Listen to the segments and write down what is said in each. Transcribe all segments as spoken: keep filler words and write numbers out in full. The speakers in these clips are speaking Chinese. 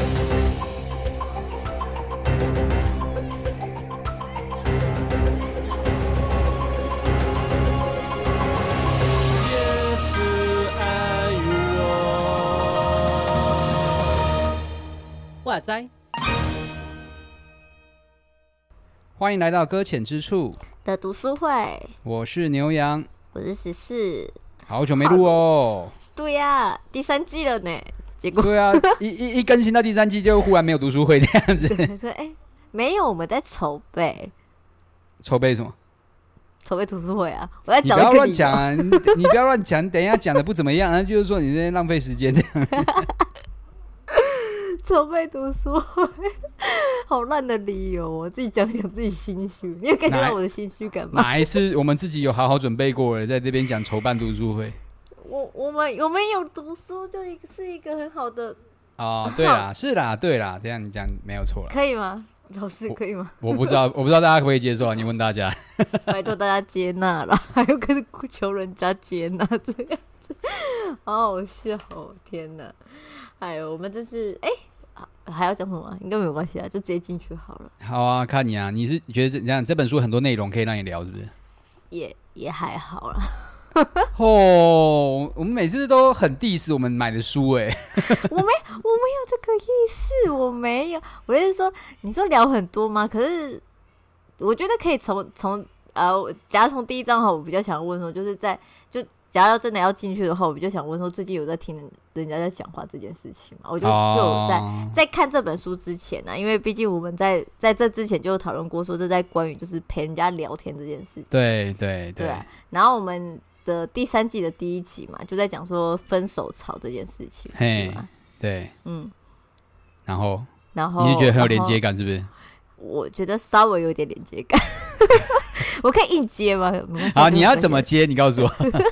哇塞！ 欢迎来到搁浅之处的读书会， 我是牛羊， 我是十四， 好久没录哦。 对呀、啊，第三季了呢。结果对啊，一一一更新到第三季就忽然没有读书会这样子。 他说：“哎、欸，没有，我们在筹备。 筹备什么？ 筹备读书会啊！我在找一个理由。你不要乱讲啊！你, 你不要乱讲，等一下讲的不怎么样，那就是说你在浪费时间这样。 筹备读书会，好烂的理由，我自己讲讲自己心虚。你有感觉到我的心虚感吗？ 哪一次我们自己有好好准备过了，在这边讲筹办读书会？ 我我们我们有读书，就是一个很好的哦，对啦，是啦，对啦，这样你讲没有错啦。 可以吗？老师可以吗？ 我, 我不知道，我不知道大家可不可以接受啊？你问大家， 拜托大家接纳啦，还有可是求人家接纳这样子，好好笑哦！天哪，哎呦，我们这是哎。欸还要讲什么？应该没有关系啊，就直接进去好了。 好啊，看你啊，你是觉得这样这本书很多内容可以让你聊，是不是？ 也也还好啦。 哦，我们每次都很 diss 我们买的书哎、欸。 我没我没有这个意思，我没有。我是说，你说聊很多吗？可是我觉得可以从从呃，假如从第一章哈，我比较想问说，就是在就。假如要真的要进去的话，我比较想问说，最近有在听人家在讲话这件事情吗？我就就在、oh. 在看这本书之前呢、啊，因为毕竟我们在在这之前就有讨论过，说这在关于就是陪人家聊天这件事情。 对对对, 对、啊。然后我们的第三季的第一集嘛，就在讲说分手潮这件事情，是吗？ 对，嗯。然后， 然后你是觉得很有连接感，是不是？ 我觉得稍微有点连接感。我可以硬接吗？ 好，你要怎么接？你告诉我。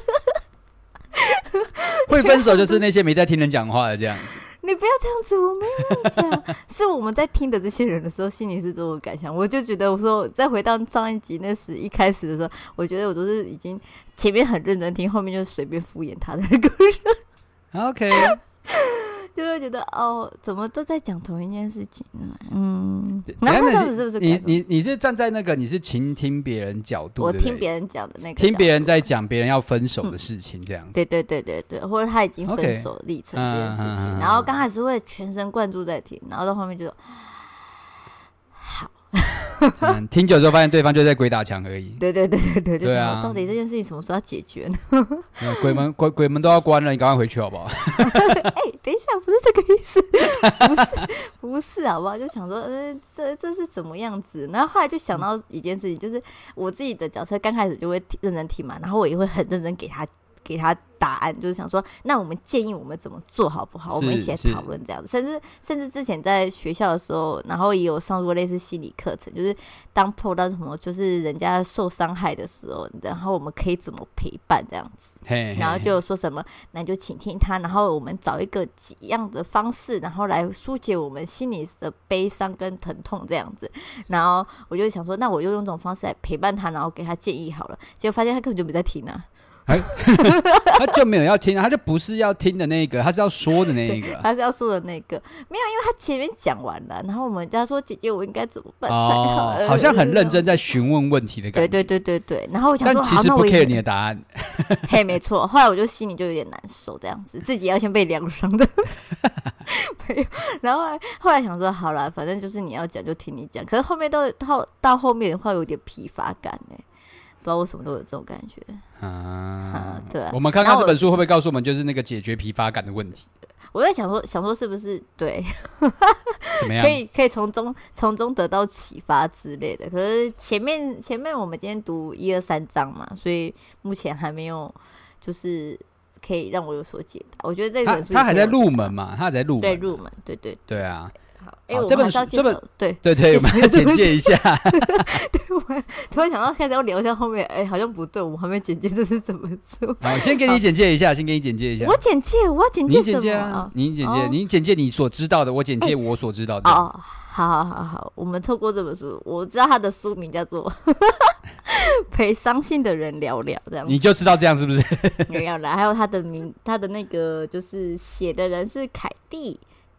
会分手就是那些没在听人讲话的这样子。 你不要这样子，我没有这样讲。是我们在听的这些人的时候，心里是这种感想。我就觉得，我说再回到上一集那时一开始的时候，我觉得我都是已经前面很认真听，后面就随便敷衍他的那个人。 OK。 就会觉得哦，怎么都在讲同一件事情呢？嗯，然后这样子是不是你你你是站在那个你是倾听别人角度， 我听别人讲的那个， 听别人在讲别人要分手的事情，这样子、嗯。 对对对对对，或者他已经分手的历程这件事情， okay, 然后刚开始会全神贯注在听，然后到后面就好。 嗯、听久之后发现对方就在鬼打墙而已。 对对对对对，就对啊， 到底这件事情什么时候要解决呢？ 嗯、鬼门鬼鬼门都要关了，你赶快回去好不好？ 哎、欸，等一下，不是这个意思，不是不是，好不好？就想说，呃，这这是怎么样子？然后后来就想到一件事情，就是我自己的角色刚开始就会认真听嘛，然后我也会很认真给他。给他答案，就是想说，那我们建议我们怎么做好不好？我们一起来讨论这样子。甚至甚至之前在学校的时候，然后也有上过类似心理课程，就是当碰到什么就是人家受伤害的时候，然后我们可以怎么陪伴这样子。 嘿嘿然后就说什么，那你就倾听他，然后我们找一个几样的方式，然后来疏解我们心里的悲伤跟疼痛这样子。然后我就想说，那我就用这种方式来陪伴他，然后给他建议好了。结果发现他根本就没在听啊。 他就没有要听，他就不是要听的那个，他是要说的那一个， 他是要说的那个，没有，因为他前面讲完了，然后我们家说姐姐我应该怎么办才好、哦， 好像很认真在询问问题的感觉， 对对对对对，然后我想说， 但其实不 care 你的答案， 嘿，没错，后来我就心里就有点难受，这样子自己要先被疗伤的，没有，然后后来后来想说，好了，反正就是你要讲就听你讲，可是后面到到到后面的话有点疲乏感哎、欸。不知道为什么都有这种感觉啊, 啊，对啊。 我们看看这本书会不会告诉我们，就是那个解决疲乏感的问题。 我在想说，想说是不是对， 怎么样？ 可以可以从中从中得到启发之类的。可是前面前面我们今天读一二三章嘛，所以目前还没有就是可以让我有所解答。我觉得这本书他还在入门嘛，他还在入门， 对入门，对对对, 对啊。 好，哎、欸，这本书，这本对对对，我们要简介一下。 对，我突然想到，开始要聊一下后面，哎、欸，好像不对，我们还没简介这是怎么书。 好，先给你简介一下，先给你简介一下。 我简介，我要简介什么？ 你简介啊，你简介，哦、你简介你所知道的，我简介我所知道的。 哦，好好好好，我们透过这本书，我知道它的书名叫做《陪伤心的人聊聊》，这样你就知道这样是不是？ 没有啦，还有他的名，他的那个就是写的人是凯蒂。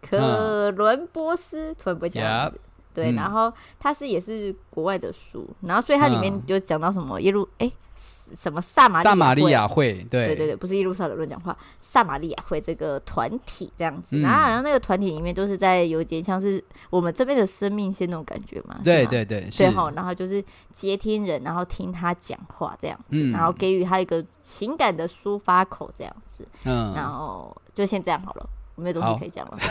可伦波斯，突然不会讲名字。 Yep 对， 嗯、 然后它是也是国外的书，然后所以它里面有讲到什么耶路哎、嗯、什么撒玛利亚会撒玛利亚会，对对对对，不是耶路撒冷论讲话，撒玛利亚会这个团体这样子， 嗯、 然后好像那个团体里面都是在有点像是我们这边的生命线那种感觉嘛， 对对对， 对齁，然后就是接听人，然后听他讲话这样子，嗯、然后给予他一个情感的抒发口这样子，嗯，然后就先这样好了，我没有东西可以讲了。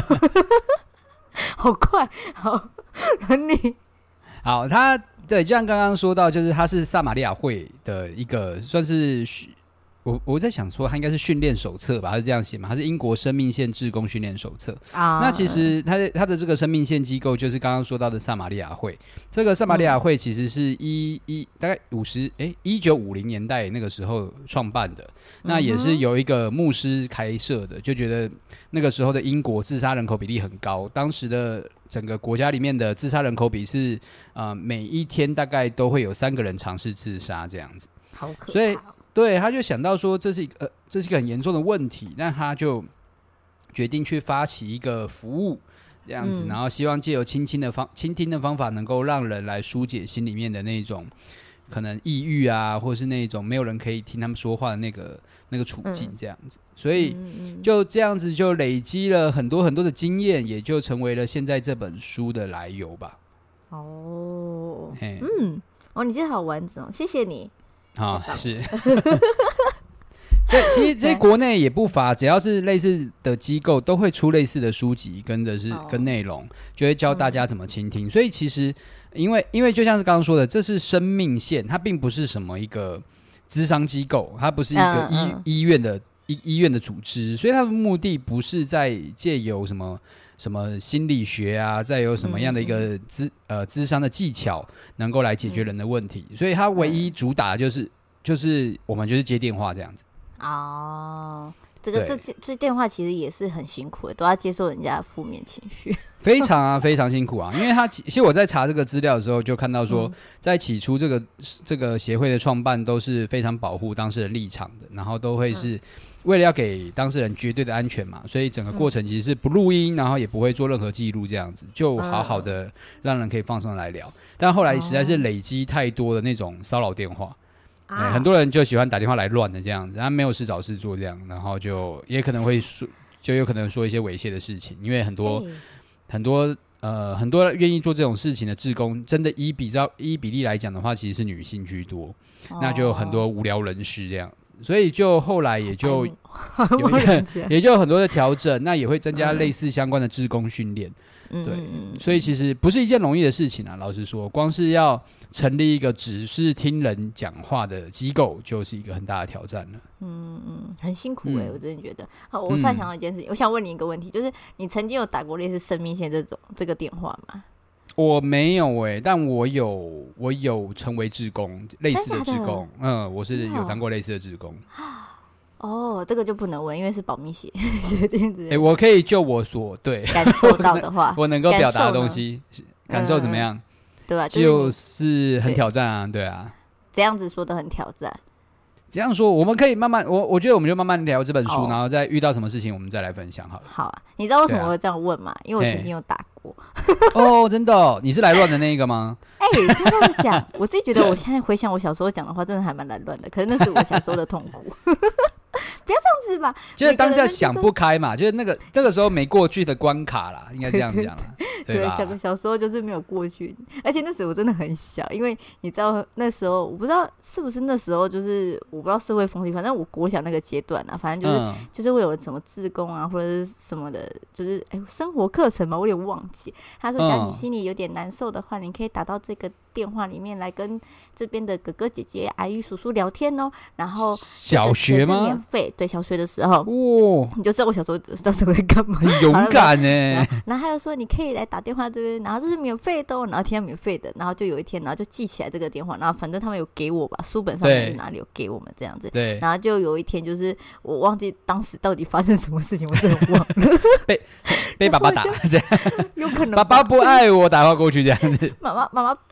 好快，好，轮你。 好，他对，就像刚刚说到，就是他是撒玛利亚会的一个，算是我我在想说，他应该是训练手册吧，他是这样写嘛？他是英国生命线志工训练手册啊。那其实他他的这个生命线机构，就是刚刚说到的撒玛利亚会。这个撒玛利亚会其实是一一大概五十哎一九五零年代那个时候创办的。那也是有一个牧师开设的，就觉得那个时候的英国自杀人口比例很高，当时的整个国家里面的自杀人口比是呃每一天大概都会有三个人尝试自杀这样子， 好可怕。 所以对他就想到说这是一个、呃、这是一个很严重的问题，那他就决定去发起一个服务这样子，嗯、然后希望借由倾听的方倾听的方法，能够让人来疏解心里面的那种可能抑郁啊，或是那种没有人可以听他们说话的那个那个处境这样子，嗯、所以就这样子就累积了很多很多的经验，也就成为了现在这本书的来由吧。 哦，嗯，哦，你这好完整哦，谢谢你。 啊、哦，是。所以其实这些国内也不乏，只要是类似的机构都会出类似的书籍，跟的是跟内容，就会教大家怎么倾听。嗯、所以其实因为因为就像是刚刚说的，这是生命线，它并不是什么一个諮商机构，它不是一个 医,、嗯嗯、医院的医医院的组织，所以它的目的不是在借由什么什么心理学啊，再有什么样的一个諮、嗯、呃諮商的技巧能够来解决人的问题，嗯、所以它唯一主打的就是就是我们就是接电话这样子。 哦，这个这这电话其实也是很辛苦的，都要接受人家的负面情绪。 非常啊，非常辛苦啊！因为他其实我在查这个资料的时候，就看到说，嗯、在起初这个这个协会的创办都是非常保护当事人立场的，然后都会是为了要给当事人绝对的安全嘛，所以整个过程其实是不录音，然后也不会做任何记录，这样子就好好的让人可以放松来聊。但后来实在是累积太多的那种骚扰电话。啊欸、很多人就喜欢打电话来乱的这样子，他没有事找事做这样，然后就也可能会说，就有可能说一些猥亵的事情，因为很多、欸、很多呃很多愿意做这种事情的志工，真的依比照依比例来讲的话，其实是女性居多，哦、那就有很多无聊人士这样子，所以就后来也就有一个也就有很多的调整，那也会增加类似相关的志工训练。对，所以其实不是一件容易的事情啊。老实说，光是要成立一个只是听人讲话的机构，就是一个很大的挑战了。嗯嗯，很辛苦哎、欸，嗯、我真的觉得。好，我突然想到一件事情，嗯、我想问你一个问题，就是你曾经有打过类似生命线这种这个电话吗？ 我没有哎、欸，但我有，我有成为志工，类似的志工。嗯，我是有当过类似的志工。 哦，这个就不能问，因为是保密协协定之类的。 哎、欸，我可以就我所对感受到的话， 我能够表达的东西，感受怎么样？嗯、 对吧？ 就是、就是很挑战啊，对, 对啊。 这样子说的很挑战。 这样说，我们可以慢慢，我我觉得我们就慢慢聊这本书， oh. 然后再遇到什么事情，我们再来分享好了。 好啊，你知道为什么我会这样问吗？啊、因为我曾经有打过。 哦，真的、哦？你是来乱的那一个吗？ 哎、欸，听他们讲，我自己觉得我现在回想我小时候讲的话，真的还蛮来乱的。可是那是我小时候的痛苦。不要这样子吧， 就是当下想不开嘛，就是那个那个时候没过去的关卡啦，应该这样讲啦。 对, 对, 对, 对吧？小小时候就是没有过去，而且那时候我真的很小，因为你知道那时候我不知道是不是那时候就是我不知道社会风气，反正我国小那个阶段啊，反正就是、嗯、就是会有什么志工啊或者是什么的，就是哎生活课程嘛，我有点忘记。他说，假如你心里有点难受的话，嗯、你可以打到这个电话里面来跟这边的哥哥姐姐、阿姨叔叔聊天哦。然后小学吗？ 免费，对，小学的时候，哇，你就知道我小时候到时候在干嘛， 很勇敢呢。 然后他就说你可以来打电话这边，然后这是免费的哦，然后听到免费的，然后就有一天，然后就记起来这个电话，然后反正他们有给我吧，书本上面哪里有给我们这样子，对，然后就有一天就是我忘记当时到底发生什么事情，我真的忘了， 被被爸爸打这样， 有可能爸爸不爱我，打电话过去这样子， 妈妈妈妈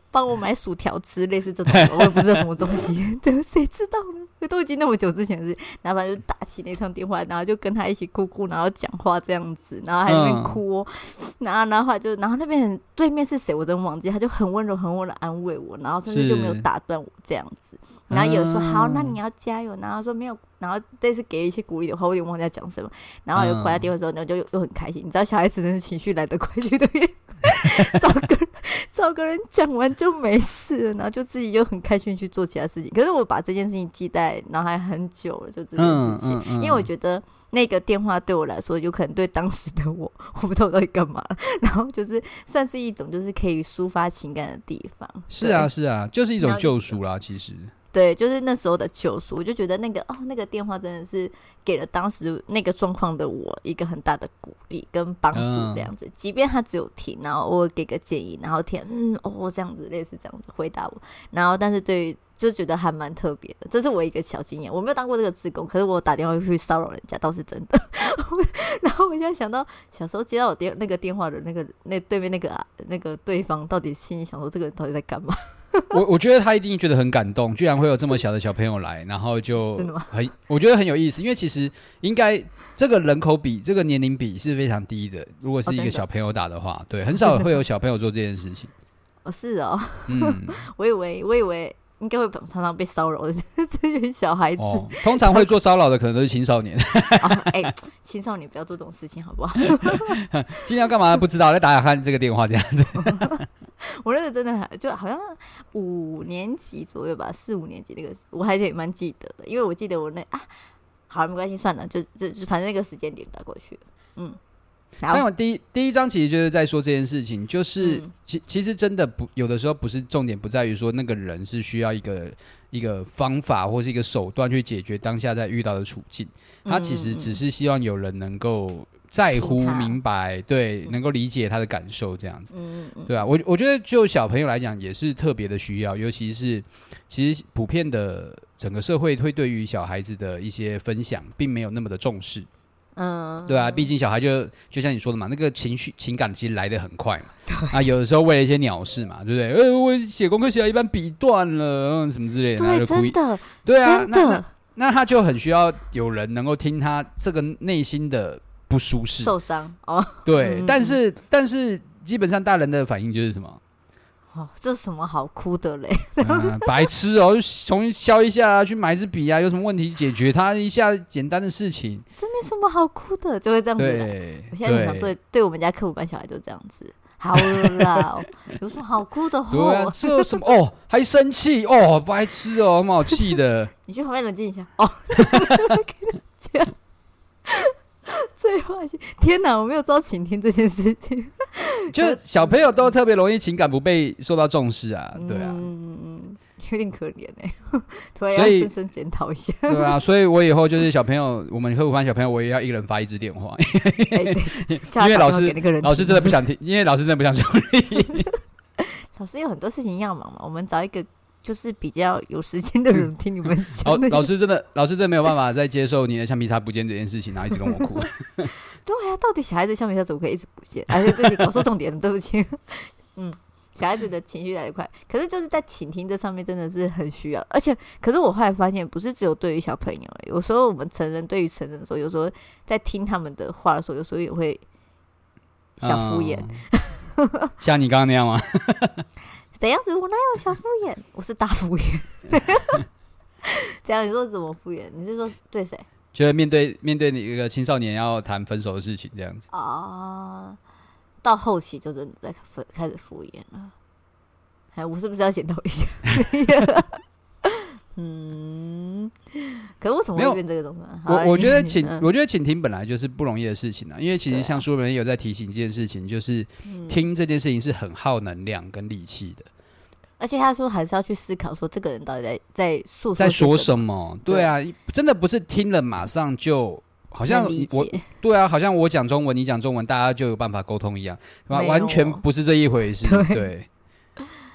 帮我买薯条吃，类似这种，我也不知道什么东西，对，谁知道呢？都已经那么久之前的事，然后反正就打起那通电话，然后就跟他一起哭哭，然后讲话这样子，然后还在那边哭、哦嗯，然后然后就然后那边人对面是谁我真忘记，他就很温柔很温柔的安慰我，然后甚至就没有打断我这样子，然后也有说、嗯、好，那你要加油，然后说没有，然后类似给一些鼓励的话，我有点忘记他讲什么，然后又挂在电话之后，然后就又又很开心，你知道小孩子真是情绪来得快去得远。找个人找个人讲完就没事了，然后就自己又很开心去做其他事情。可是我把这件事情记在脑海很久了，就这件事情、嗯嗯嗯，因为我觉得那个电话对我来说，有可能对当时的我，我不知道我到底干嘛，然后就是算是一种就是可以抒发情感的地方。 是啊是啊，就是一种救赎啦，其实。 对，就是那时候的救赎，我就觉得那个哦，那个电话真的是给了当时那个状况的我一个很大的鼓励跟帮助，这样子、嗯。即便他只有听，然后我给个建议，然后听，嗯，哦，这样子类似这样子回答我，然后但是对于就觉得还蛮特别的，这是我一个小经验。我没有当过这个志工，可是我打电话去骚扰人家倒是真的。然后我现在想到小时候接到我电那个电话的那个那对面那个、啊、那个对方，到底心里想说这个人到底在干嘛？ 我我觉得他一定觉得很感动，居然会有这么小的小朋友来，然后就真的吗？ 很，我觉得很有意思，因为其实应该这个人口比、这个年龄比是非常低的。如果是一个小朋友打的话，哦、对，很少会有小朋友做这件事情。 哦，是哦，嗯，我以为我以为应该会常常被骚扰的这些小孩子、哦， 通常会做骚扰的可能都是青少年。 哎、哦欸，青少年不要做这种事情好不好？ 今天要干嘛不知道，再打打看这个电话这样子。 我那个真的就好像五年级左右吧，四五年级那个，我还是也蛮记得的，因为我记得我那啊，好了没关系，算了，就就反正那个时间点打过去了，嗯。 那我第一第一章其实就是在说这件事情，就是、嗯、其其实真的不有的时候不是重点，不在于说那个人是需要一个一个方法或是一个手段去解决当下在遇到的处境，他其实只是希望有人能够在乎、明白，对，能够理解他的感受，这样子，嗯嗯，对啊，我我觉得就小朋友来讲也是特别的需要，尤其是其实普遍的整个社会会对于小孩子的一些分享，并没有那么的重视。嗯，对啊，毕竟小孩就就像你说的嘛，那个情绪情感其实来得很快嘛，啊，有的时候为了一些鸟事嘛，对不对？呃，我写功课写到一半笔断了，嗯，什么之类的， 对，真的， 对啊， 真的， 那 那, 那他就很需要有人能够听他这个内心的不舒适、 受伤哦。 对， 嗯、 但是但是基本上大人的反应就是什么？ 哦，这什么好哭的嘞？ 嗯、白痴哦，就重新削一下，去买支笔啊，有什么问题解决它一下，简单的事情。 这没什么好哭的，就会这样子来。 对， 我现在很想对对我们家课辅班小孩都这样子。好啦，有什么好哭的？ 对啊，这有什么哦？还生气哦？白痴哦，蛮好气的。 你去旁边冷静一下哦。这样。最坏心，天哪！我没有做到倾听这件事情， 就是小朋友都特别容易情感不被受到重视啊，对啊， 嗯，有点可怜哎、欸，突然要深深检讨一下， 对啊，所以我以后就是小朋友，我们课辅班小朋友，我也要一个人发一支电话，欸、因为老师老师真的不想听，因为老师真的不想处理， 老师有很多事情要忙嘛，我们找一个。就是比较有时间的人听你们讲、 嗯，老师真的，老师真的没有办法再接受你的橡皮擦不见这件事情，然后一直跟我哭。 对啊，到底小孩子橡皮擦怎么可以一直不见？而且对不起，搞错重点了，对不起。嗯，小孩子的情绪来得快，可是就是在倾听这上面真的是很需要，而且，可是我后来发现，不是只有对于小朋友，有时候我们成人对于成人的时候，有时候在听他们的话的时候，有时候也会小敷衍。 嗯、像你刚刚那样吗？ 怎样子？我哪有小敷衍？我是大敷衍。怎样？你说怎么敷衍？你是说对谁？ 就是面对面对你一个青少年要谈分手的事情这样子啊，到后期就真的在开始敷衍了。哎，我是不是要检讨一下？嗯，可是为什么会变这个东西？ 我我觉得请、嗯，我觉得倾听本来就是不容易的事情啊，因为其实像书里面有在提醒这件事情，就是听这件事情是很耗能量跟力气的。 而且他说还是要去思考说这个人到底在在诉说在说什么。对啊，真的不是听了马上就好像我对啊，好像我讲中文你讲中文，大家就有办法沟通一样，完全不是这一回事。对。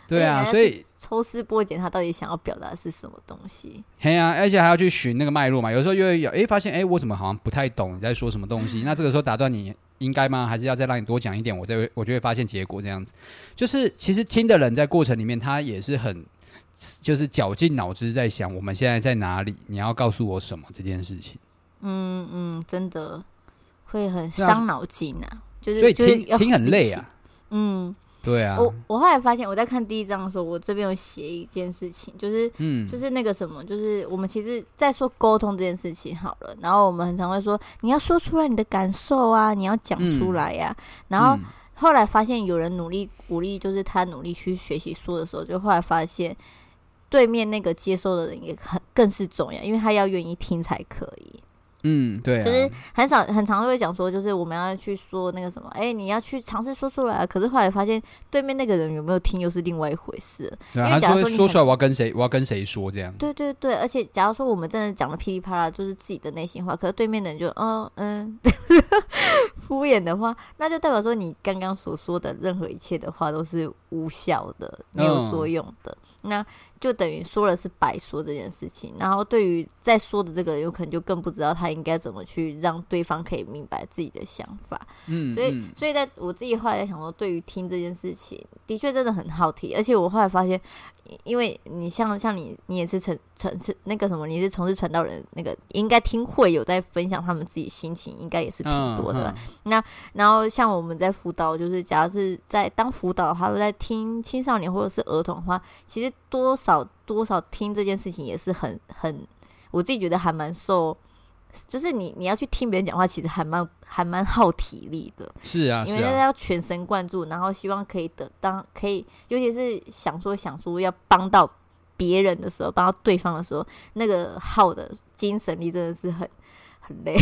对啊，所以抽丝剥茧，他到底想要表达的是什么东西？ 嘿啊，而且还要去寻那个脉络嘛。有时候又会有哎，发现哎，我怎么好像不太懂你在说什么东西？那这个时候打断你应该吗？还是要再让你多讲一点？我再我就会发现结果这样子。就是其实听的人在过程里面，他也是很就是绞尽脑汁在想我们现在在哪里，你要告诉我什么这件事情。 嗯嗯，真的会很伤脑筋啊，就是所以听、 就是、 听很累啊。 嗯。 对啊， 我我后来发现，我在看第一章的时候，我这边有写一件事情，就是，嗯，就是那个什么，就是我们其实，在说沟通这件事情好了，然后我们很常会说，你要说出来你的感受啊，你要讲出来呀、啊嗯，然后后来发现有人努力鼓励，就是他努力去学习说的时候，就后来发现，对面那个接收的人也很更是重要，因为他要愿意听才可以。 嗯，对、啊， 就是很少很常会讲说，就是我们要去说那个什么，哎、欸，你要去尝试说出来、啊。可是后来发现，对面那个人有没有听，又是另外一回事。 对、啊，他说说出来，我要跟谁，我要跟谁说这样。 对对对，而且假如说我们真的讲了噼里啪啦，就是自己的内心话，可是对面的人就哦嗯敷衍的话，那就代表说你刚刚所说的任何一切的话都是无效的，没有作用的。嗯、那就等于说了是白说这件事情，然后对于在说的这个人，有可能就更不知道他应该怎么去让对方可以明白自己的想法。嗯，所以，嗯、所以在我自己后来在想说，对于听这件事情，的确真的很耗体，而且我后来发现，因为你像像你，你也是从从是那个什么，你是从事传道人，那个应该听会有在分享他们自己心情，应该也是挺多的吧。嗯嗯、那然后像我们在辅导，就是假如是在当辅导，他们在听青少年或者是儿童的话，其实多少。多少听这件事情也是很很，我自己觉得还蛮受，就是你你要去听别人讲话，其实还蛮还蛮耗体力的。 是啊， 因为要全神贯注，然后希望可以得当可以，尤其是想说想说要帮到别人的时候，帮到对方的时候，那个耗的精神力真的是很很累。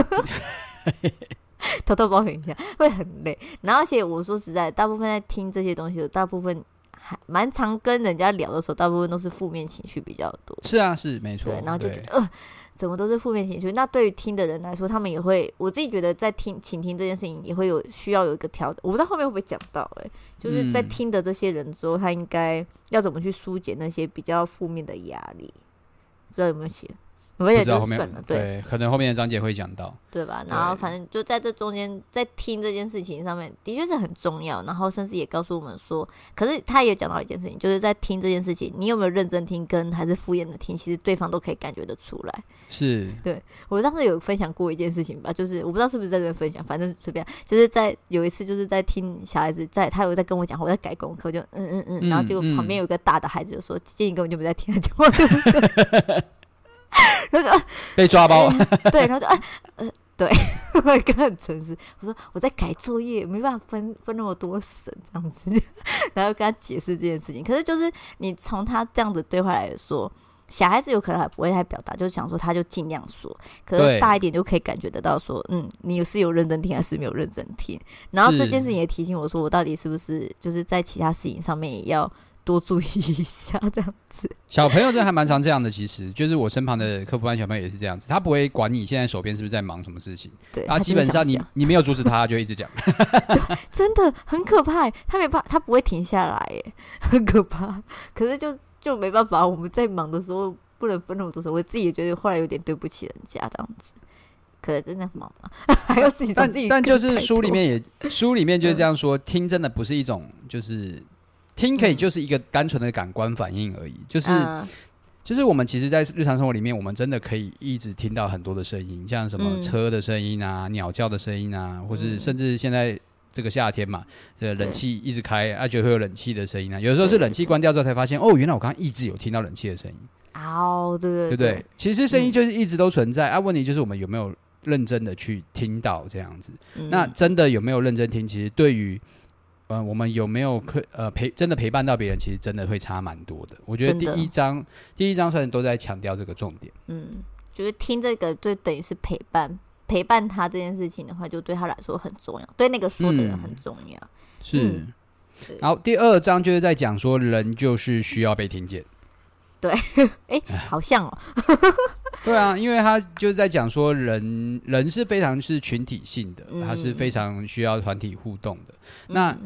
偷偷抱怨一下，会很累。然后而且我说实在，大部分在听这些东西的，大部分。还蛮常跟人家聊的时候，大部分都是负面情绪比较多。 是啊，是没错。 对，然后就觉得呃，怎么都是负面情绪？那对于听的人来说，他们也会，我自己觉得在听倾听这件事情，也会有需要有一个调整。我不知道后面会不会讲到、欸，哎，就是在听的这些人之后，他应该要怎么去疏解那些比较负面的压力？不知道有没有写？我也就算了， 对, 对，可能后面的章节会讲到， 对吧？然后反正就在这中间，在听这件事情上面，的确是很重要。然后甚至也告诉我们说，可是他也讲到一件事情，就是在听这件事情，你有没有认真听，跟还是敷衍的听，其实对方都可以感觉得出来。 是， 对我当时有分享过一件事情吧，就是我不知道是不是在这边分享，反正随便，就是在有一次就是在听小孩子在，他有在跟我讲话，我在改功课，就嗯嗯嗯，然后结果旁边有一个大的孩子就说：“姐、嗯，你根本就没在听他讲话，对不对？”然后就、啊、 被抓包， 欸、对，然后就啊呃对，我跟他很诚实，我说我在改作业，没办法分分那么多神这样子，然后跟他解释这件事情。可是就是你从他这样子对话来说，小孩子有可能还不会太表达，就想说他就尽量说，可是大一点就可以感觉得到说，嗯，你是有认真听还是没有认真听。然后这件事情也提醒我说，我到底是不是就是在其他事情上面也要多注意一下这样子。 小朋友真的还蛮常这样的，其实就是我身旁的客服班小朋友也是这样子，他不会管你现在手边是不是在忙什么事情， 对， 他基本上你你没有阻止他，他就一直讲。 真的很可怕，他没办法，他不会停下来耶，很可怕。可是就就没办法，我们在忙的时候不能分那么多手，我自己也觉得后来有点对不起人家这样子。可能真的很忙嘛，还要自己但自己。 但就是书里面也书里面就是这样说，听真的不是一种就是听可以就是一个单纯的感官反应而已，就是、嗯、就是我们其实在日常生活里面，我们真的可以一直听到很多的声音，像什么车的声音啊、嗯、鸟叫的声音啊，或是甚至现在这个夏天嘛，这个冷气一直开，啊，就会有冷气的声音啊。有的时候是冷气关掉之后才发现，哦，原来我刚刚一直有听到冷气的声音。 哦，对对对, 对, 对，其实声音就是一直都存在、嗯、啊。问题就是我们有没有认真的去听到这样子、嗯、那真的有没有认真听，其实对于呃我们有没有呃陪真的陪伴到别人，其实真的会差蛮多的。我觉得第一章第一章虽然都在强调这个重点，嗯， 就是听这个就等于是陪伴陪伴他这件事情的话，就对他来说很重要，对那个说的人很重要、嗯、 是、嗯、然后第二章就是在讲说人就是需要被听见。 对，哎、欸，好像哦。 对啊，因为他就是在讲说人人是非常是群体性的，他是非常需要团体互动的。嗯、那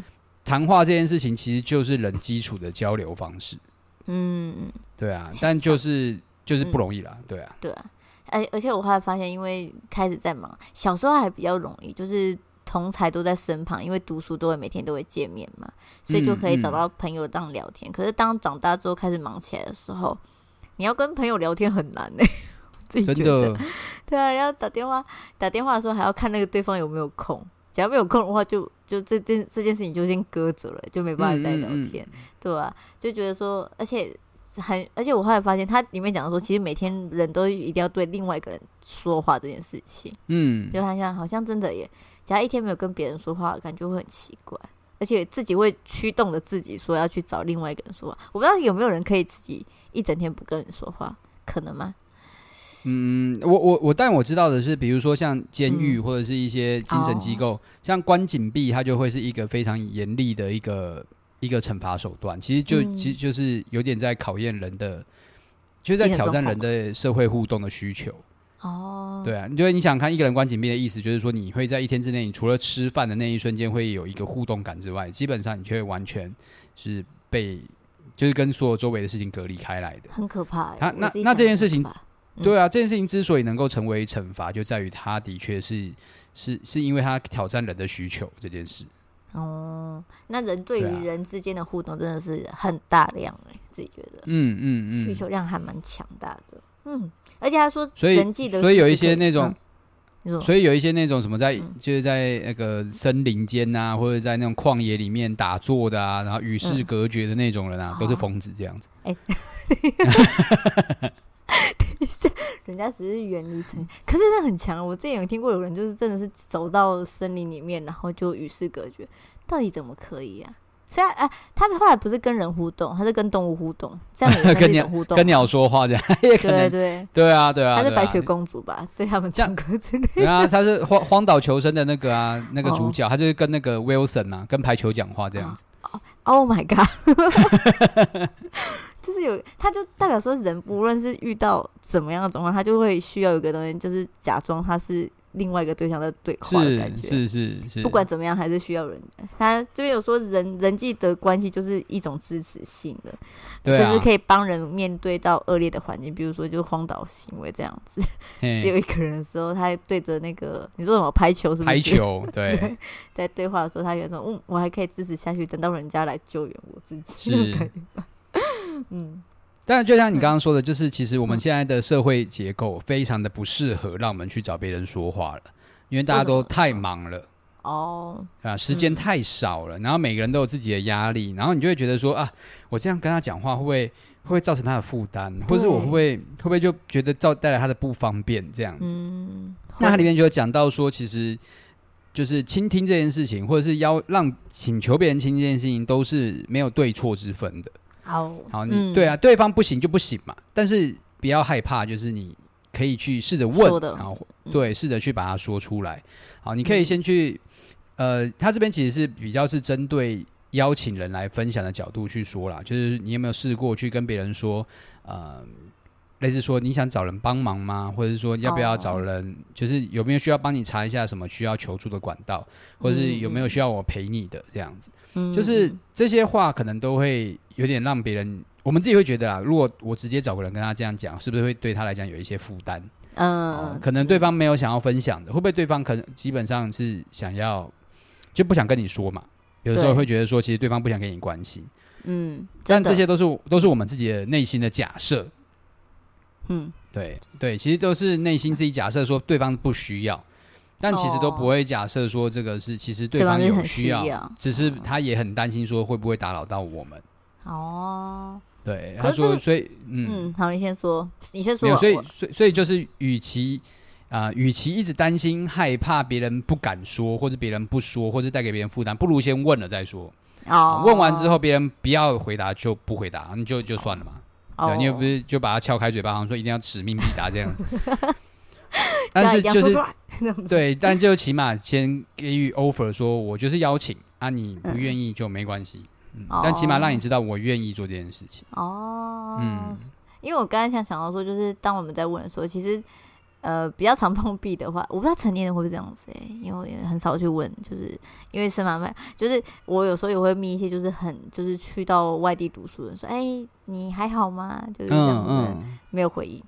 谈话这件事情其实就是人基础的交流方式。嗯，对啊，但就是就是不容易啦，嗯、对啊， 对啊，而而且我后来发现，因为开始在忙，小时候还比较容易，就是同侪都在身旁，因为读书都会每天都会见面嘛，所以就可以找到朋友当聊天。嗯嗯、可是当长大之后开始忙起来的时候，你要跟朋友聊天很难呢、欸，自己觉得。真的。对啊，要打电话打电话的时候还要看那个对方有没有空，只要没有空的话就，就就这件这件事情就先搁着了，就没办法再聊天，嗯嗯嗯对吧、啊？就觉得说，而且很，而且我后来发现，他里面讲说，其实每天人都一定要对另外一个人说话这件事情，嗯，就好像好像真的耶，假如一天没有跟别人说话，感觉会很奇怪，而且自己会驱动着自己说要去找另外一个人说话。我不知道有没有人可以自己一整天不跟人说话，可能吗？ 嗯，我我我，但我知道的是，比如说像监狱或者是一些精神机构，嗯哦、像关禁闭，它就会是一个非常严厉的一个一个惩罚手段。其实就、嗯、其实就是有点在考验人的，就是在挑战人的社会互动的需求。哦，对啊，因为你想看一个人关禁闭的意思，就是说你会在一天之内，你除了吃饭的那一瞬间会有一个互动感之外，基本上你就会完全是被就是跟所有周围的事情隔离开来的， 很可怕、欸。 他那那这件事情。对啊，这件事情之所以能够成为惩罚，就在于它的确是是是因为它挑战人的需求这件事。 哦，那人对于人之间的互动真的是很大量哎、欸，自己觉得，嗯嗯嗯，需求量还蛮强大的。嗯，而且他说人际的， 所以有一些那种，嗯、所以有一些那种什么在、嗯、就是在那个森林间啊，或者在那种旷野里面打坐的啊，然后与世隔绝的那种人啊，嗯、都是疯子这样子。哎、欸。 人家只是远离城，可是那很强。我之前有听过有人就是真的是走到森林里面，然后就与世隔绝，到底怎么可以啊？虽然啊，他后来不是跟人互动，他是跟动物互动，这样也是一种互动， 跟鸟说话这样，也可能对对对啊对啊， 他是白雪公主吧？对他们唱歌之类的。 对啊，他是荒荒岛求生的那个啊，那个主角，他就是跟那个 Wilson 啊，跟排球讲话这样子。 Oh, oh my god！ 就是有，他就代表说人无论是遇到怎么样的状况，他就会需要有一个东西，就是假装他是另外一个对象在对话的感觉。 是是 是, 是， 不管怎么样，还是需要人。他这边有说人人际的关系就是一种支持性的，对啊、甚至可以帮人面对到恶劣的环境，比如说就是荒岛行为这样子。只有一个人的时候，他对着那个你说什么排球是不是？ 排球 对, 对，在对话的时候，他可以说：“嗯，我还可以支持下去，等到人家来救援我自己。”是。 嗯，但就像你刚刚说的，就是其实我们现在的社会结构非常的不适合让我们去找别人说话了，因为大家都太忙了哦，啊，时间太少了，然后每个人都有自己的压力，然后你就会觉得说啊，我这样跟他讲话会不会会不会造成他的负担，或者是我会不会会不会就觉得造带来他的不方便这样子？嗯，那它里面就有讲到说，其实就是倾听这件事情，或者是要让请求别人倾听这件事情，都是没有对错之分的。好，好，你、嗯、对啊，对方不行就不行嘛，但是不要害怕，就是你可以去试着问，然后对，试着去把它说出来。好，你可以先去，嗯、呃，他这边其实是比较是针对邀请人来分享的角度去说啦，就是你有没有试过去跟别人说，呃，类似说你想找人帮忙吗？或者是说要不要找人，哦、就是有没有需要帮你查一下什么需要求助的管道，或者是有没有需要我陪你的这样子。嗯，就是这些话可能都会有点让别人，我们自己会觉得啦，如果我直接找个人跟他这样讲，是不是会对他来讲有一些负担？嗯、呃，可能对方没有想要分享的，会不会对方可能基本上是想要就不想跟你说嘛？有的时候会觉得说，其实对方不想跟你关心。嗯，但这些都是都是我们自己的内心的假设。嗯，对对，其实都是内心自己假设说对方不需要。但其实都不会假设说这个是其实对方有需要，需要只是他也很担心说会不会打扰到我们。哦，对，他说，所以嗯嗯，好，你先说，你先说。 所以所以所以就是，与其啊、呃，与其一直担心害怕别人不敢说，或者别人不说，或者带给别人负担，不如先问了再说。哦，问完之后别人不要回答就不回答，你就就算了嘛。哦，对，你又不是就把他撬开嘴巴，好像说一定要使命必达这样子。但是就是对，但就起码先给予 offer， 说我就是邀请啊，你不愿意就没关系、嗯嗯，但起码让你知道我愿意做这件事情。哦， 嗯，因为我刚才想想到说，就是当我们在问的时候，其实呃比较常碰壁的话，我不知道成年人会不会这样子哎、欸，因为我也很少去问，就是因为身旁派，就是我有时候也会密一些，就是很就是去到外地读书的人说，哎、欸，你还好吗？就是这样子，嗯嗯、没有回应。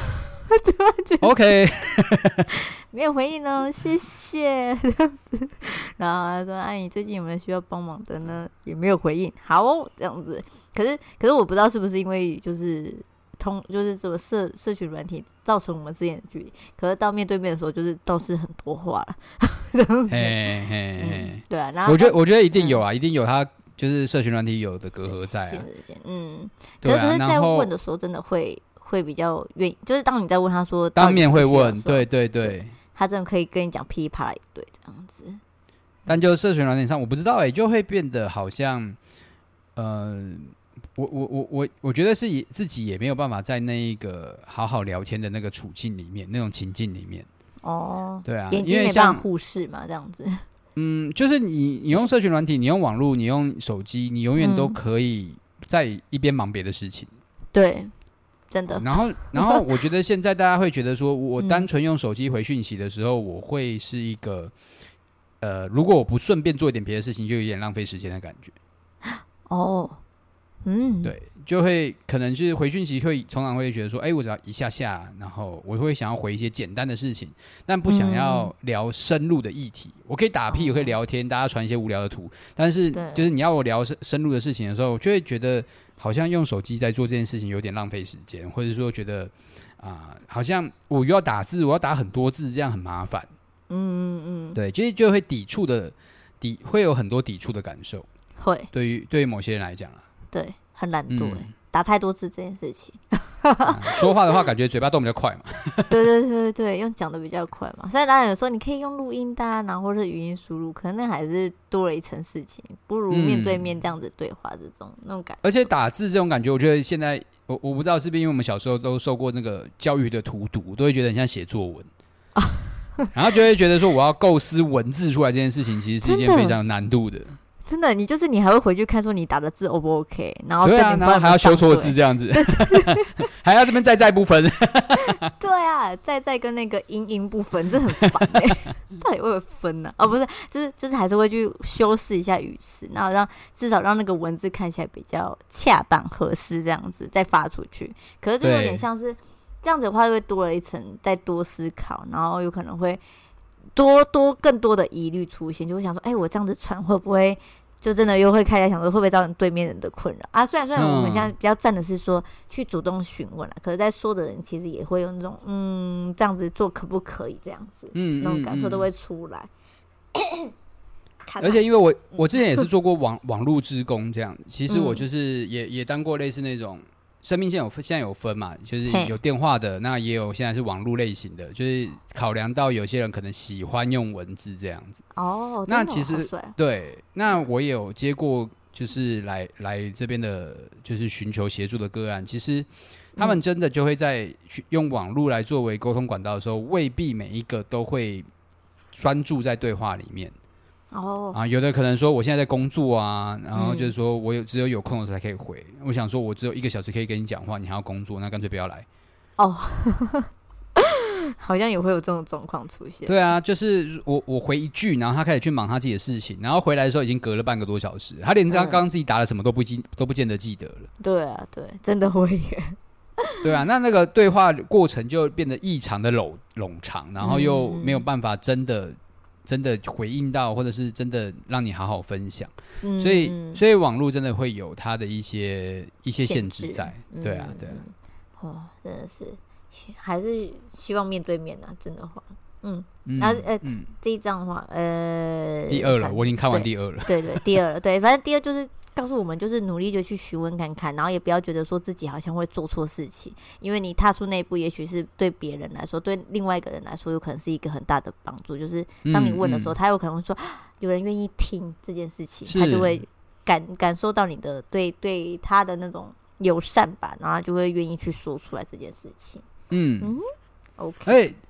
OK， 没有回应哦，谢谢。然后他说：“哎、啊，你最近有没有需要帮忙的呢？”也没有回应。好、哦，这样子。可是，可是我不知道是不是因为就是通，就是什么社社群软体造成我们之间的距离。可是到面对面的时候，就是倒是很多话了。这样子。嘿嘿嘿、嗯，对啊。然后我觉得，我觉得一定有啊，嗯、一定有他就是社群软体有的隔阂在、啊。 嗯，可是、啊、可是在问的时候，真的会。会比较愿意，就是当你在问他说当面会问，对对对，对他真的可以跟你讲噼里啪啦一堆这样子。 但就社群软件上，我不知道哎、欸，就会变得好像，呃，我我我我我觉得是自己也没有办法在那一个好好聊天的那个处境里面，那种情境里面。 哦， 对啊， 眼睛没办法忽视嘛，这样子。 嗯，就是你你用社群软体，你用网络，你用手机，你永远都可以在一边忙别的事情。 嗯、对。真的， 然后，然后我觉得现在大家会觉得说，我单纯用手机回讯息的时候，嗯、我会是一个，呃，如果我不顺便做一点别的事情，就有点浪费时间的感觉。 哦，嗯， 对，就会可能就是回讯息会通常会觉得说，哎，我只要一下下，然后我会想要回一些简单的事情，但不想要聊深入的议题。嗯、我可以打屁，我可以聊天，大家传一些无聊的图，但是就是你要我聊深入的事情的时候，我就会觉得。好像用手机在做这件事情有点浪费时间，或者说觉得啊、呃，好像我又要打字，我要打很多字，这样很麻烦。嗯嗯嗯，对，其实就会抵触的，抵会有很多抵触的感受。 会， 对于对于某些人来讲啊， 对，很懒惰、嗯，打太多字这件事情。 啊、说话的话，感觉嘴巴动比较快嘛。 对对对对，用讲的比较快嘛。虽然当然有时候你可以用录音的、啊，然后或是语音输入，可能那还是多了一层事情，不如面对面这样子对话这种、嗯、那种感觉。 而且打字这种感觉，我觉得现在我我不知道是不是因为我们小时候都受过那个教育的荼毒，都会觉得很像写作文。然后就会觉得说，我要构思文字出来这件事情，其实是一件非常有难度的。 真的，你就是你还会回去看说你打的字 O 不 OK， 然后对啊，然后还要修错字这样子，还要这边在在不分。 对啊，在在跟那个音音不分，这很烦哎、欸。到底会不会分呢、啊？哦，不是，就是就是还是会去修饰一下语词，然后让至少让那个文字看起来比较恰当合适，这样子再发出去。可是就有点像是这样子的话，会多了一层再多思考，然后有可能会多多更多的疑虑出现，就会想说，哎、欸，我这样子传会不会？就真的又会开始想说会不会造成对面人的困扰啊？虽然虽然我们现在比较站的是说去主动询问啦，可是在说的人其实也会有那种嗯这样子做可不可以这样子，嗯，那种感受都会出来。嗯、 而且因为我我之前也是做过网网络志工这样，其实我就是也也当过类似那种。生命线有现在有分嘛，就是有电话的，那也有现在是网络类型的，就是考量到有些人可能喜欢用文字这样子。 哦， 那其实对，那我也有接过，就是来来这边的，就是寻求协助的个案。其实他们真的就会在用网络来作为沟通管道的时候，未必每一个都会专注在对话里面。哦啊，有的可能说我现在在工作啊，然后就是说我有只有有空的时候才可以回。嗯、我想说，我只有一个小时可以跟你讲话，你还要工作，那干脆不要来。 哦，好像也会有这种状况出现。 对啊，就是我我回一句，然后他开始去忙他自己的事情，然后回来的时候已经隔了半个多小时，他连他刚刚自己打了什么都不记都不见得记得了。 对啊，对，真的会耶。 对啊，那那个对话过程就变得异常的冗冗长，然后又没有办法真的。真的回应到，或者是真的让你好好分享，嗯、所以所以网络真的会有它的一些一些限制在，嗯、对啊，对啊， 哦，真的是还是希望面对面啊，真的话，嗯，然后呃，嗯、这一张的话，呃， 第二了，我已经看完第二了， 对 对, 对，第二了，对，反正第二就是。告诉我们，就是努力就去询问看看，然后也不要觉得说自己好像会做错事情，因为你踏出那一步，也许是对别人来说，对另外一个人来说，有可能是一个很大的帮助。就是当你问的时候，嗯嗯、他有可能会说，有人愿意听这件事情，他就会感感受到你的对对他的那种友善吧，然后他就会愿意去说出来这件事情。嗯嗯 ，OK。 哎，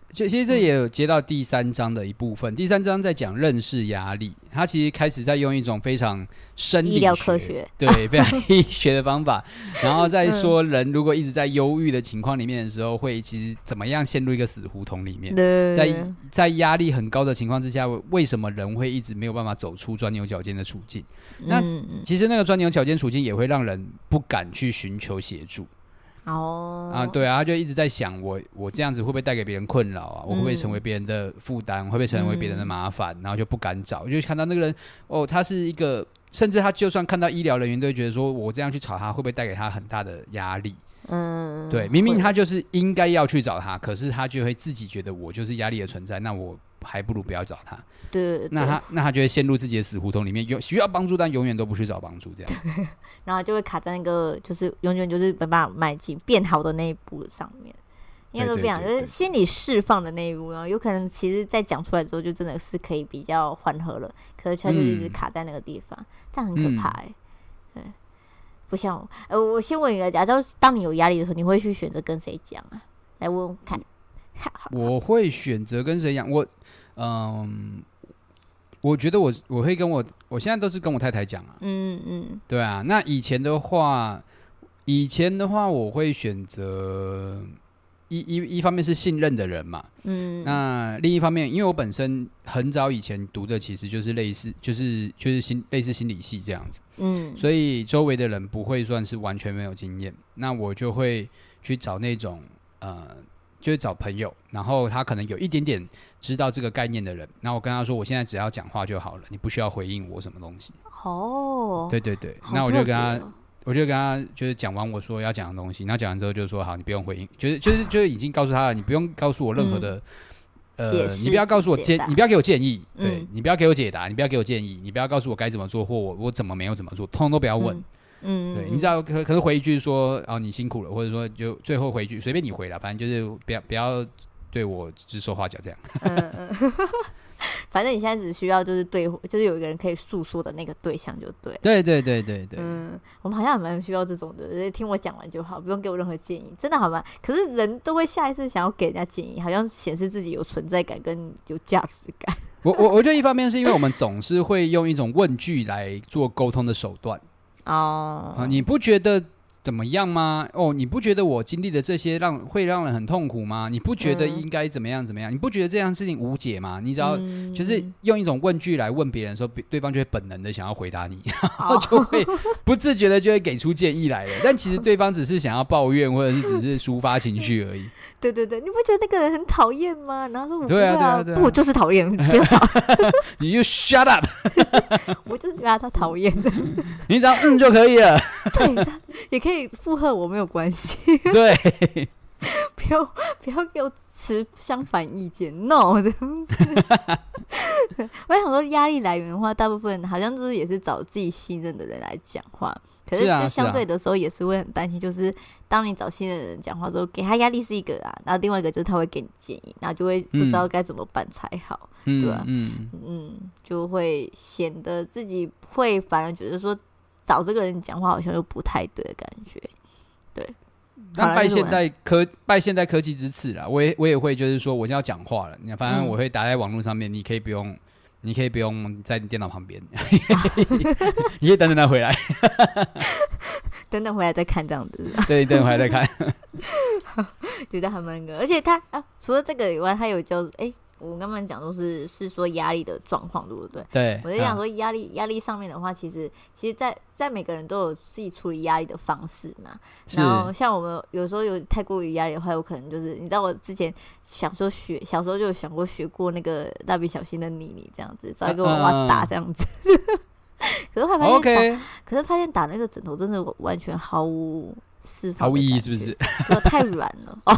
就其实这也有接到第三章的一部分。第三章在讲认识压力，他其实开始在用一种非常生理学、 医疗科学， 对，非常医学的方法，然后再说人如果一直在忧郁的情况里面的时候，会其实怎么样陷入一个死胡同里面。在在压力很高的情况之下，为什么人会一直没有办法走出钻牛角尖的处境？那其实那个钻牛角尖处境也会让人不敢去寻求协助。哦啊，对啊，他就一直在想我我这样子会不会带给别人困扰啊？我会不会成为别人的负担？会不会成为别人的麻烦？然后就不敢找，就看到那个人哦，他是一个，甚至他就算看到医疗人员，都会觉得说我这样去找他，会不会带给他很大的压力？嗯，对，明明他就是应该要去找他，可是他就会自己觉得我就是压力的存在，那我还不如不要找他。对, 对，那他那他就会陷入自己的死胡同里面，有需要帮助，但永远都不去找帮助，这样子。 然后就会卡在那个就是永远就是没办法迈进变好的那一步上面，应该都变好，就是心理释放的那一步，然后有可能其实在讲出来之后，就真的是可以比较缓和了，可是他就一直卡在那个地方，嗯、这样很可怕哎、欸。对，不像我，呃，我先问一个，假如当你有压力的时候，你会去选择跟谁讲啊？来问问看。 我会选择跟谁讲？我嗯。我觉得我我会跟我我现在都是跟我太太讲啊，嗯嗯，对啊。那以前的话，以前的话我会选择一一一方面是信任的人嘛，嗯，那另一方面，因为我本身很早以前读的其实就是类似就是就是心类似心理系这样子，嗯，所以周围的人不会算是完全没有经验，那我就会去找那种呃。就是找朋友，然后他可能有一点点知道这个概念的人，然后我跟他说，我现在只要讲话就好了，你不需要回应我什么东西。哦，对对对，那我就跟他，我就跟他就是讲完我说要讲的东西，然后讲完之后就说好，你不用回应，就是就是就是已经告诉他了，你不用告诉我任何的，嗯、呃，你不要告诉我建，你不要给我建议，对、嗯、你不要给我解答，你不要给我建议，你不要告诉我该怎么做或我我怎么没有怎么做，通通都不要问。嗯嗯，对，你知道可可能回一句说哦你辛苦了，或者说就最后回一句随便你回了，反正就是不要不要对我指手画脚这样。嗯嗯， 反正你现在只需要就是对，就是有一个人可以诉说的那个对象就对。 对对对对对。 嗯，我们好像也蛮需要这种的，就是听我讲完就好，不用给我任何建议，真的好吗？可是人都会下意识想要给人家建议，好像显示自己有存在感跟有价值感。 我我我觉得一方面是因为我们总是会用一种问句来做沟通的手段。哦、oh. 啊，你不觉得怎么样吗？哦，你不觉得我经历的这些让会让人很痛苦吗？你不觉得应该怎么样怎么样？嗯、你不觉得这样事情无解吗？你只要就是用一种问句来问别人的时候，对方就会本能的想要回答你，然后就会不自觉的就会给出建议来了。但其实对方只是想要抱怨，或者是只是抒发情绪而已。 对对对，你不觉得那个人很讨厌吗？然后说我不对啊对啊对啊， 不我就是讨厌，不要吵。 你就 shut up。 我就是觉得他讨厌的。 你只要嗯就可以了。 对，也可以附和我没有关系。 对， 不要不要给我持相反意见 ，no 这样子。我想说，压力来源的话，大部分好像就是也是找自己信任的人来讲话。可是就相对的时候也是会很担心，就是当你找信任的人讲话之后，给他压力是一个啊，然后另外一个就是他会给你建议，然后就会不知道该怎么办才好，嗯、对吧、啊？嗯嗯，就会显得自己会反而觉得说找这个人讲话好像又不太对的感觉，对。 但拜现代科拜现代科技之赐啦，我也我也会就是说，我现在要讲话了，反正我会打在网络上面，你可以不用。你可以不用在电脑旁边，你可以等等他回来， 等等回来再看这样子。 对，等等回来再看， 觉得还蛮个。而且他啊，除了这个以外，他有教哎。我刚刚讲都是是说压力的状况，对不对？ 对， 我在讲说压力压、嗯、力上面的话，其实其实在，在在每个人都有自己处理压力的方式嘛。然后像我们有时候有太过于压力的话，有可能就是你知道，我之前想说学小时候就有想过学过那个蜡笔小新的妮妮这样子，找一个娃娃打这样子。嗯、可是后来发现打， okay. 可是发现打那个枕头真的完全毫无释放， 毫无意义，是不是？ 太软了哦。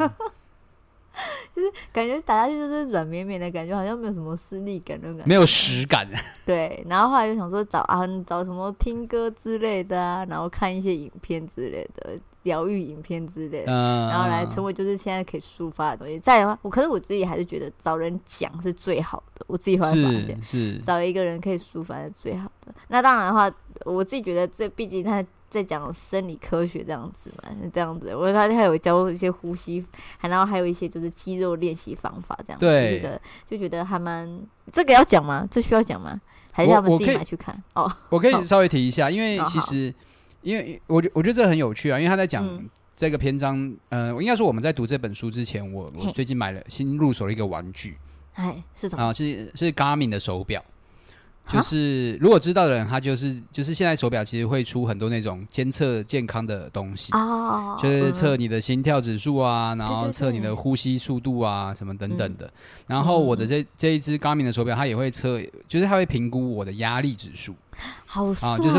就是感觉打下去就是软绵绵的感觉，好像没有什么施力感那种感觉， 没有实感。对， 然后后来就想说找啊找什么听歌之类的啊，然后看一些影片之类的，疗愈影片之类的、嗯，然后来成为就是现在可以抒发的东西。再的话，我可是我自己还是觉得找人讲是最好的，我自己会发现，是找一个人可以抒发是最好的。那当然的话，我自己觉得这毕竟他在讲生理科学这样子嘛，是这样子。我他他有教一些呼吸，然后还有一些就是肌肉练习方法这样子。对，就觉得就觉得还蛮这个要讲吗？这需要讲吗？还是他们自己买去看？哦， 我可以稍微提一下，因为其实因为我觉我觉得这很有趣啊，因为他在讲。嗯这个篇章，呃，应该说我们在读这本书之前，我我最近买了新入手了一个玩具， 哎，是什么？ 啊，是是 Garmin 的手表，就是如果知道的人，他就是就是现在手表其实会出很多那种监测健康的东西，哦，就是测你的心跳指数啊，然后测你的呼吸速度啊，什么等等的。嗯、然后我的这这一只 Garmin 的手表，它也会测，就是它会评估我的压力指数。 好帅哦、啊就是！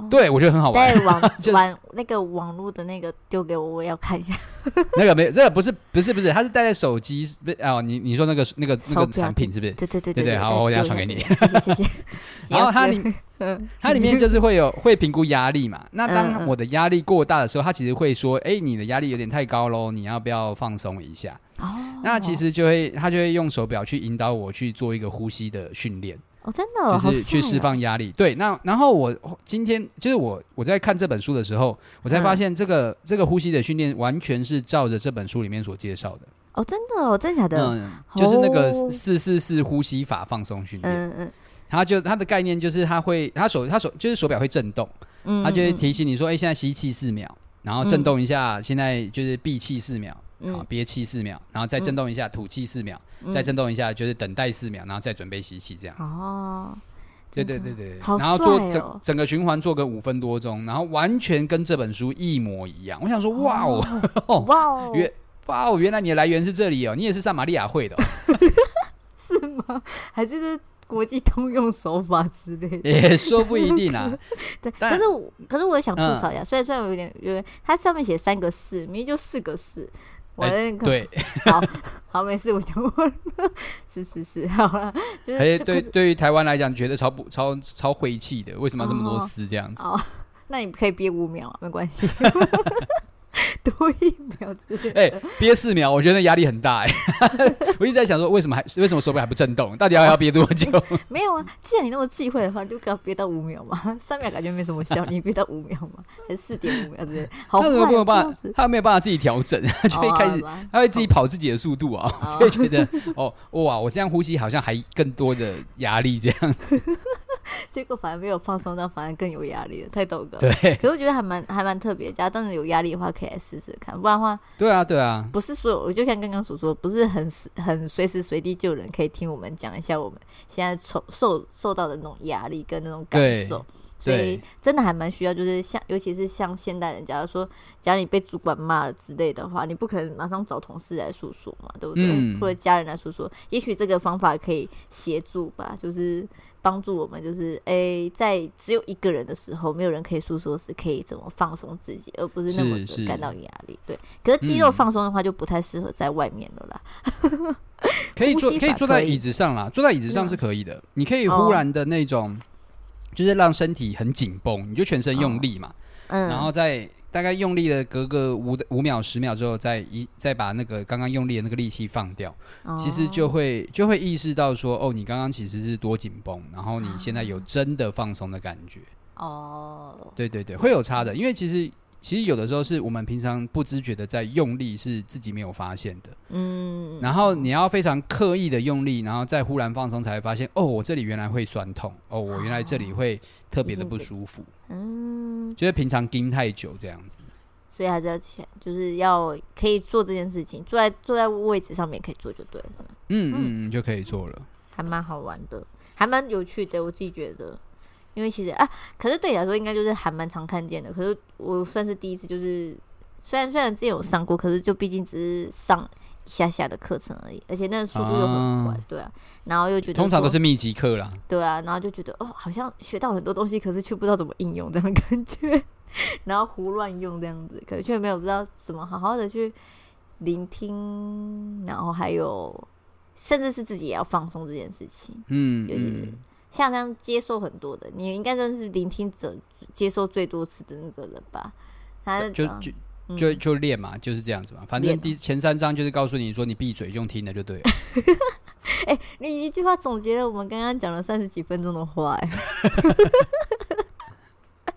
对，我觉得很好玩。 在网玩那个网络的那个丢给我，我也要看一下。 那个没，这个不是不是不是，它是戴在手机哦。你你说那个那个那个产品是不是？ 对对对对对。好，我等下传给你。 谢谢谢谢。 然后它里它里面就是会有会评估压力嘛。那当我的压力过大的时候，它其实会说：“哎，你的压力有点太高咯，你要不要放松一下？”哦。那其实就会它就会用手表去引导我去做一个呼吸的训练。 哦，真的、哦， 就是去释放压力。对，那然后我今天就是我我在看这本书的时候，我才发现这个、嗯、这个呼吸的训练完全是照着这本书里面所介绍的。 哦，真的哦，真的假的？ 嗯，就是那个四四四呼吸法放松训练。嗯嗯，它就它的概念就是它会，它手它手就是手表会震动，嗯，它就会提醒你说，哎、欸，现在吸气四秒，然后震动一下，嗯、现在就是闭气四秒。好，憋气四秒，然后再震动一下，嗯、吐气四秒，嗯、再震动一下，就是等待四秒，然后再准备吸气这样子。哦，对对对对， 好帅哦、 然后做整整个循环做个五分多钟，然后完全跟这本书一模一样。我想说，哇哦，哇哦，原哇哦，原来你的来源是这里哦，你也是撒玛利亚会的、哦， 是吗？还是？国际通用手法之类的， 也说不一定啊。 对，可是可是我想吐槽一下，虽然虽然我有点，因为它上面写三个四，明明就四个四。我那个、 欸、对， 好好没事，我讲完了，是是是，好了，就是、 对对于台湾来讲，觉得超不超超晦气的，为什么要这么多丝这样子？ 哦，哦那你可以憋五秒、啊，没关系。多一秒之类的， 哎、欸，憋四秒，我觉得压力很大哎、欸。我一直在想说，为什么还为什么手表还不震动？到底要要憋多久？ 没有啊，既然你那么忌讳的话，你就给它憋到五秒嘛。三秒感觉没什么效，你憋到五秒嘛，还是四点五秒之类的？好坏，他没有办法， 他没有办法自己调整，他就会开始，哦、他会自己跑自己的速度啊，哦、就会觉得哦哇，我这样呼吸好像还更多的压力这样子。 结果反而没有放松到，反而更有压力了，太逗了。 对， 可是我觉得还蛮还蛮特别，假如当然有压力的话，可以来试试看。不然的话， 对啊对啊， 不是所有，我就像刚刚所说，不是很很随时随地就有人可以听我们讲一下我们现在受受受到的那种压力跟那种感受。所以真的还蛮需要，就是像尤其是像现代人，假如说假如你被主管骂了之类的话，你不可能马上找同事来诉说嘛，对不对？嗯、或者家人来诉说，也许这个方法可以协助吧，就是帮助我们，就是诶，在只有一个人的时候，没有人可以诉说时，可以怎么放松自己，而不是那么的感到压力。对，可是肌肉放松的话，就不太适合在外面了啦。 可以坐，可以坐在椅子上啦，坐在椅子上是可以的。嗯、你可以忽然的那种。就是让身体很紧绷，你就全身用力嘛，哦嗯、然后再大概用力的隔个五五秒十秒之后，再一再把那个刚刚用力的那个力气放掉，哦、其实就会就会意识到说，哦，你刚刚其实是多紧绷，然后你现在有真的放松的感觉。哦，对对对，会有差的，因为其实。其实有的时候是我们平常不自觉的在用力，是自己没有发现的。嗯，然后你要非常刻意的用力，然后再忽然放松，才会发现哦，我这里原来会酸痛，哦，我原来这里会特别的不舒服。嗯，就是平常盯太久这样子。 所以还是要起来，就是要可以做这件事情，坐在坐在位置上面可以做就对了。 嗯嗯嗯，就可以做了， 还蛮好玩的，还蛮有趣的，我自己觉得。因为其实啊，可是对你来说应该就是还蛮常看见的。可是我算是第一次，就是虽然虽然之前有上过，可是就毕竟只是上一下下的课程而已，而且那个速度又很快，啊对啊。然后又觉得通常都是密集课啦， 对啊。然后就觉得哦，好像学到很多东西，可是却不知道怎么应用这样的感觉，然后胡乱用这样子，可是却没有不知道怎么好好的去聆听，然后还有甚至是自己也要放松这件事情，嗯，就是。嗯像这样接受很多的，你应该算是聆听者接受最多次的那个人吧？他就就就就练嘛，就是这样子嘛。反正第前三章就是告诉你说，你闭嘴用听的就对了。 哎、欸，你一句话总结了我们刚刚讲了三十几分钟的话、欸，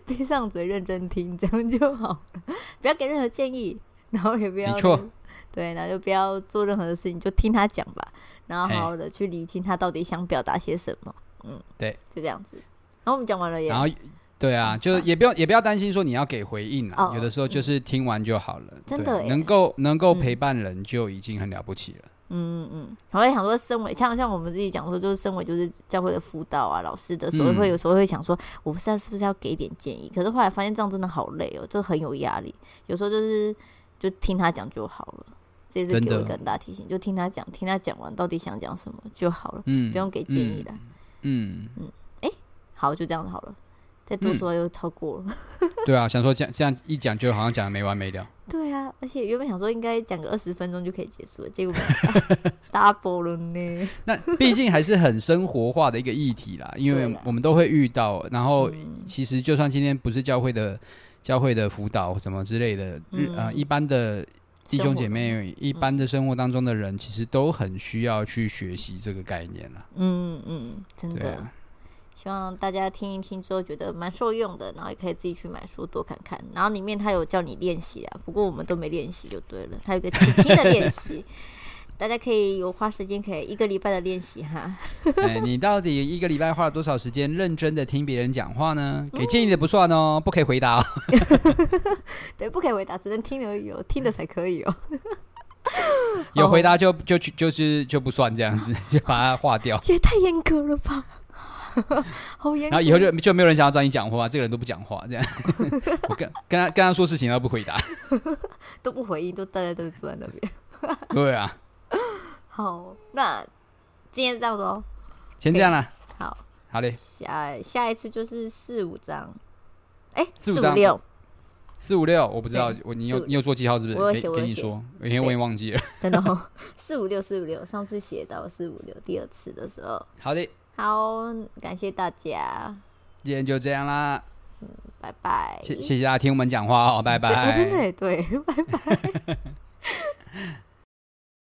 闭上嘴认真听，这样就好了。不要给任何建议，然后也不要没错， 对，然后就不要做任何的事情，就听他讲吧，然后好好的去理清他到底想表达些什么。嗯， 对， 就这样子。然后我们讲完了耶。 然后对啊，就也不要也不要担心说你要给回应啊， 哦有的时候就是听完就好了。 真的耶能够能够陪伴人就已经很了不起了。 嗯嗯，我在想说，身为像像我们自己讲说，就是身为就是教会的辅导啊、老师的时候， 嗯会有时候会想说，我不知道是不是要给一点建议，可是后来发现这样真的好累哦，这很有压力。有时候就是就听他讲就好了，这也是给我一个很大提醒，就听他讲，听他讲完到底想讲什么就好了， 嗯， 不用给建议啦。 嗯嗯，哎、好，就这样好了，再多说又超过了。 对啊，想说这样这样一讲就好像讲的没完没了。 对啊，而且原本想说应该讲个二十分钟就可以结束了，结果double 了呢。 那毕竟还是很生活化的一个议题啦，因为我们都会遇到。然后其实就算今天不是教会的教会的辅导什么之类的，嗯、呃，一般的弟兄姐妹、一般的生活当中的人，其实都很需要去学习这个概念啦。 嗯嗯，真的。 啊、 希望大家听一听之后觉得蛮受用的，然后也可以自己去买书多看看。然后里面他有叫你练习啊，不过我们都没练习就对了。他有个倾听的练习，大家可以有花时间，可以一个礼拜的练习哈。 哎，你到底一个礼拜花了多少时间认真的听别人讲话呢？给建议的不算哦，不可以回答哦。 对，不可以回答，只能听而已哦，听的才可以哦。 有回答就就就是就不算这样子，就把它划掉。 也太严格了吧！好严格。 然后以后就就没有人想要找你讲话，这个人都不讲话，这样。我跟跟他跟他说事情，他不回答， 都不回应，都大家都坐在那边。 对啊。 好，那今天这样子哦， 先这样啦。 好， 好嘞。 下下一次就是四五章，哎、欸， 四五章六， 四五六，我不知道，我你有你有做记号是不是？ 我有写， 给你说，有一天我也忘记了。 真的哦，四五六四五六，上次写到四五六第二次的时候。 好的， 好，感谢大家， 今天就这样啦。 嗯，拜拜。 谢谢谢大家听我们讲话哦，拜拜。 真的也对，拜拜。